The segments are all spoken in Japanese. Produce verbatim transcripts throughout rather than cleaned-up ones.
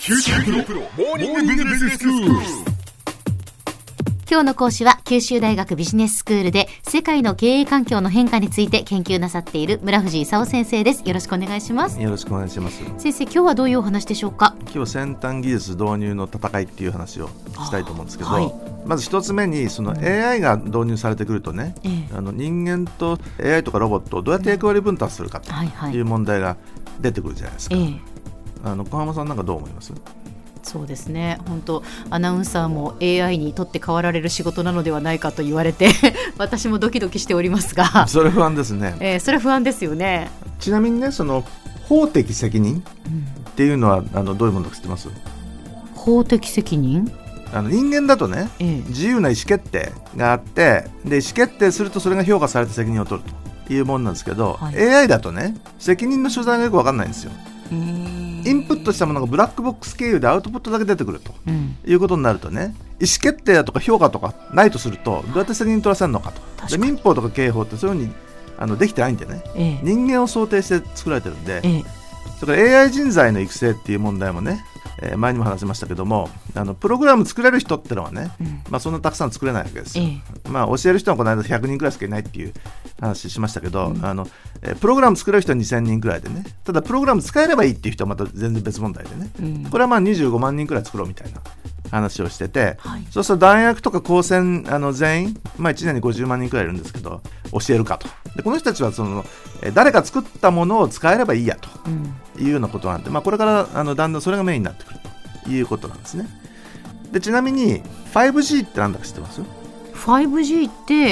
九州大学モーニングビジネススクール。 今日の講師は九州大学ビジネススクールで世界の経営環境の変化について研究なさっている村藤勲先生です。よろしくお願いします。 よろしくお願いします。 先生、今日はどういうお話でしょうか？ 今日先端技術導入の戦いっていう話をしたいと思うんですけど、 はい、 まず一つ目にその エーアイ が導入されてくるとね、ええ、あの人間と エーアイ とかロボットをどうやって役割分担するかという問題が出てくるじゃないですか、ええ、あの小浜さんなんかどう思います？ そうですね、本当アナウンサーも エーアイ にとって代わられる仕事なのではないかと言われて私もドキドキしておりますがそれ不安ですね、 えー、それ不安ですよね。 ちなみにね、その法的責任っていうのは、うん、あのどういうものか知ってます？ 法的責任、 あの人間だとね、ええ、自由な意思決定があって、で意思決定するとそれが評価されて責任を取るというものなんですけど、はい、エーアイ だとね、責任の所在がよく分かんないんですよ。インプットしたものがブラックボックス経由でアウトプットだけ出てくると、うん、いうことになるとね、意思決定だとか評価とかないとするとどうやって責任取らせるのかと。で民法とか刑法ってそういうふうにあのできてないんでね、ええ、人間を想定して作られてるんで、ええ、それから エーアイ 人材の育成っていう問題もね、えー、前にも話しましたけども、あのプログラム作れる人ってのはね、うんまあ、そんなたくさん作れないわけですよ、ええまあ、教える人はこの間ひゃくにんくらいしかいないっていう話しましたけど、うん、あのえー、プログラム作れる人はにせんにんくらいでね、ただプログラム使えればいいっていう人はまた全然別問題でね、うん、これはまあにじゅうごまんにんくらい作ろうみたいな話をしてて、はい、そうすると大学とか高専あの全員、まあ、いちねんにごじゅうまんにんくらいいるんですけど教えるかと。でこの人たちはそのえ誰か作ったものを使えればいいやというようなことなんで、まあ、これからあのだんだんそれがメインになってくるということなんですね。でちなみに ファイブジー って何だか知ってます？ ファイブジー って、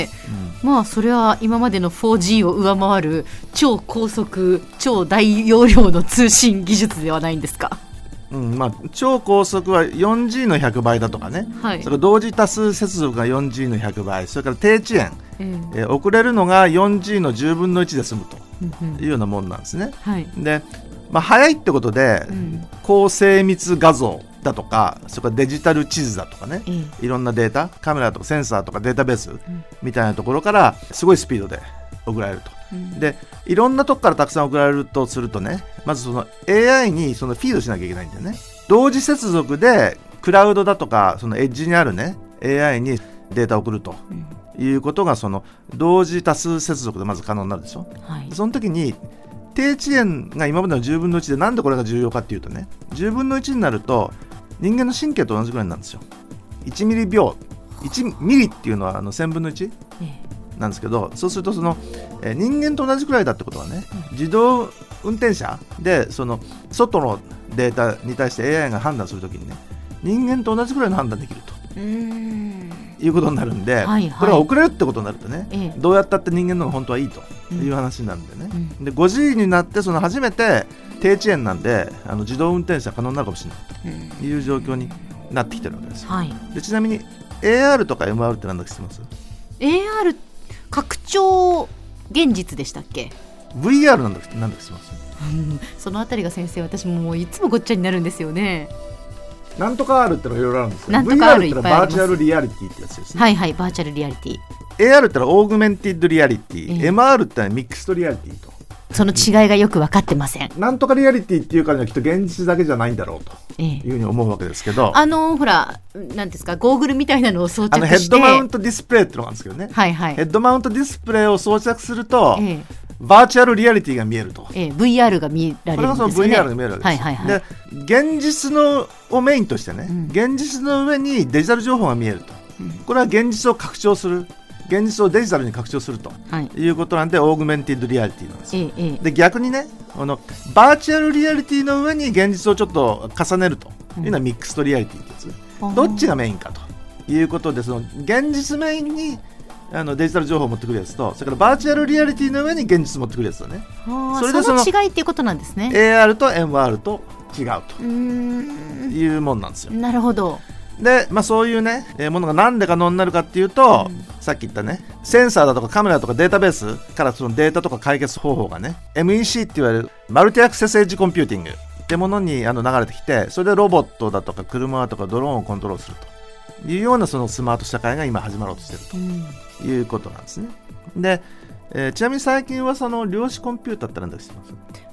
うん、まあそれは今までの フォージー を上回る超高速超大容量の通信技術ではないんですか？ うんまあ、超高速は よんジー のひゃくばいだとかね、はい、それから同時多数接続が よんジー のひゃくばい、それから低遅延、えーえー、遅れるのが よんジー のじゅうぶんのいちで済むというようなものなんですね、はい、で、まあ、速いってことで、うん、高精密画像だとか、それからデジタル地図だとかね、うん、いろんなデータ、カメラとかセンサーとかデータベースみたいなところからすごいスピードで送られると、うん、でいろんなとこからたくさん送られるとするとね、まずその エーアイ にそのフィードしなきゃいけないんだよね。同時接続でクラウドだとかそのエッジにあるね エーアイ にデータを送るということがその同時多数接続でまず可能になるでしょ、はい、その時に低遅延が今までのじゅうぶんのいちで、なんでこれが重要かっていうとね、じゅうぶんのいちになると人間の神経と同じくらいなんですよ。いちミリびょう、いちミリっていうのはあのせんぶんのいちなんですけど、そうするとその、えー、人間と同じくらいだってことはね、自動運転車でその外のデータに対して エーアイ が判断するときにね、人間と同じくらいの判断できるとうーんいうことになるんで、はいはい、これが遅れるってことになるとね、ええ、どうやったって人間の方が本当はいいという話になるんでね、うん、で ごジー になってその初めて低遅延なんであの自動運転車可能になるかもしれないという状況になってきてるわけですよ、はい、でちなみに エーアール とか エムアール って何だか知ってます？ エーアール 拡張現実でしたっけ？ ブイアール なんだか知ってます？ そのあたりが先生、私ももういつもごっちゃになるんですよね。 なんとか R ってのがいろいろあるんですよ。 なんとか R いっぱいあります。 ブイアール ってのはバーチャルリアリティってやつですね。 はいはい、バーチャルリアリティ。 エーアール ってのはオーグメンティッドリアリティ、えー、エムアール ってのはミックストリアリティと、 その違いがよく分かってません。 なんとかリアリティっていうからにはきっと現実だけじゃないんだろうというふうに思うわけですけど、えー、 あのほらなんですか、ゴーグルみたいなのを装着して、 あのヘッドマウントディスプレイってのがあるんですけどね、はいはい、ヘッドマウントディスプレイを装着すると、えーバーチャルリアリティが見えると、 ええ、ブイアール が見られるんですよね。 これがその ブイアール が見えるわけです、はいはいはい、で現実のをメインとしてね、うん、現実の上にデジタル情報が見えると、うん、これは現実を拡張する、現実をデジタルに拡張すると、はい、いうことなんでオーグメンティッドリアリティなんですよ、ええ、で逆にね、あのバーチャルリアリティの上に現実をちょっと重ねるというのはミックストリアリティってやつ、うん、どっちがメインかということで、その現実メインにあのデジタル情報を持ってくるやつと、それからバーチャルリアリティの上に現実を持ってくるやつだね。 それでその違いっていうことなんですね。 エーアール と エムアール と違うというもんなんですよ。 なるほど。 で、まあ、そういうね、えー、ものがなんで可能になるかっていうと、うん、さっき言ったね、センサーだとかカメラとかデータベースからそのデータとか解決方法がね、 エムイーシー って言われるマルティアクセスエッジコンピューティングってものにあの流れてきて、それでロボットだとか車だとかドローンをコントロールするというようなそのスマート社会が今始まろうとしていると、うんいうことなんですね。で、えー、ちなみに最近はその量子コンピューターって何だか知ってます？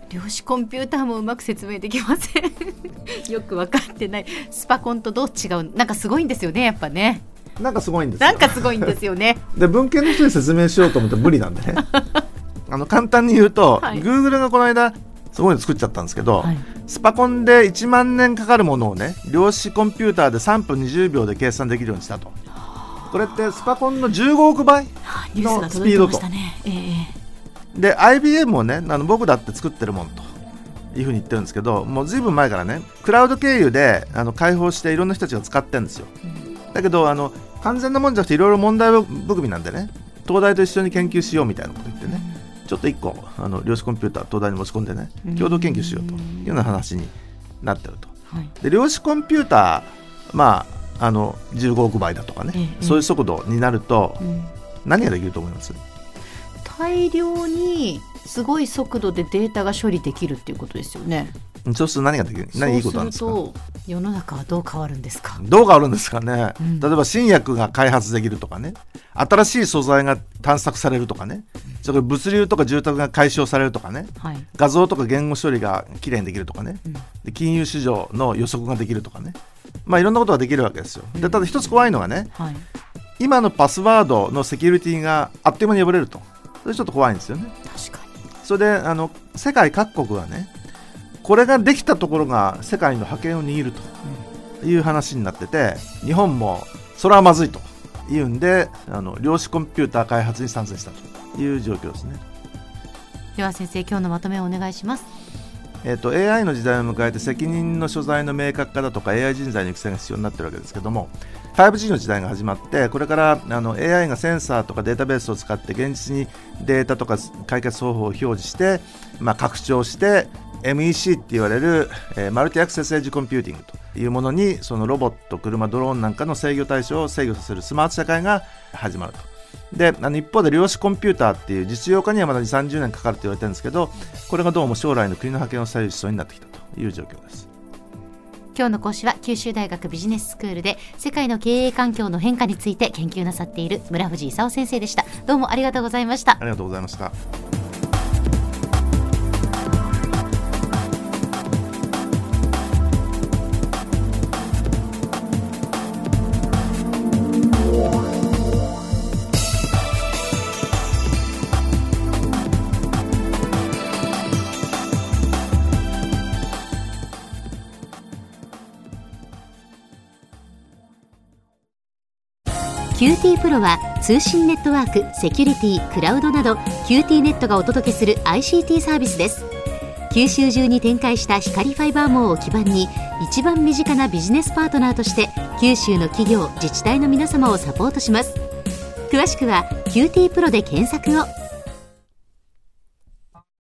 量子コンピューターもうまく説明できませんよく分かってない。スパコンとどう違う、なんかすごいんですよね、やっぱね。 なんかすごいんですよ。 なんかすごいんですよねで文系の人に説明しようと思って無理なんでねあの簡単に言うと、はい、Google がこの間すごいの作っちゃったんですけど、はい、スパコンでいちまんねんかかるものをね、量子コンピューターでさんぷんにじゅうびょうで計算できるようにしたと。これってスパコンのじゅうごおくばいのスピードと、 ねえー、で アイビーエム もね、あの僕だって作ってるもんというふうに言ってるんですけど、もうずいぶん前からねクラウド経由であの開放していろんな人たちが使ってるんですよ、うん、だけどあの完全なもんじゃなくていろいろ問題含みなんでね、東大と一緒に研究しようみたいなこと言ってね、ちょっといっこあの量子コンピューター東大に持ち込んでね、共同研究しようというような話になってると、はい、で量子コンピューター、まあ、あのじゅうごおくばいだとかね、ええ、そういう速度になると、うん、何ができると思います？ 大量にすごい速度でデータが処理できるっていうことですよね。 そうすると何ができる？何いいことなんですか？ そうすると世の中はどう変わるんですか？ どう変わるんですかね、うん、例えば新薬が開発できるとかね、新しい素材が探索されるとかね、それから物流とか住宅が解消されるとかね、はい、画像とか言語処理がきれいにできるとかね、うん、で金融市場の予測ができるとかね、まあいろんなことができるわけですよ。でただ一つ怖いのがね、はい、今のパスワードのセキュリティがあっという間に破れると、それちょっと怖いんですよね。 確かに。それであの世界各国はね、これができたところが世界の覇権を握るという話になってて、日本もそれはまずいというんで、あの量子コンピューター開発に参戦したという状況ですね。 では先生、今日のまとめをお願いします。 えーと、エーアイ の時代を迎えて責任の所在の明確化だとか エーアイ 人材の育成が必要になっているわけですけども、 ファイブジー の時代が始まって、これからあの エーアイ がセンサーとかデータベースを使って現実にデータとか解決方法を表示して、まあ、拡張して エムイーシー って言われる、えー、マルティアクセスエッジコンピューティングというものに、そのロボット、車、ドローンなんかの制御対象を制御させるスマート社会が始まると。であの一方で量子コンピューターっていう実用化にはまだにじゅう、さんじゅうねんかかると言われてるんですけど、これがどうも将来の国の覇権を左右しそうになってきたという状況です。 今日の講師は九州大学ビジネススクールで世界の経営環境の変化について研究なさっている村藤勲先生でした。どうもありがとうございました。 ありがとうございました。 キューティー プロは通信ネットワーク、セキュリティ、クラウドなど キューティー ネットがお届けする アイシーティー サービスです。九州中に展開した光ファイバー網を基盤に、一番身近なビジネスパートナーとして九州の企業、自治体の皆様をサポートします。詳しくは キューティー プロで検索を。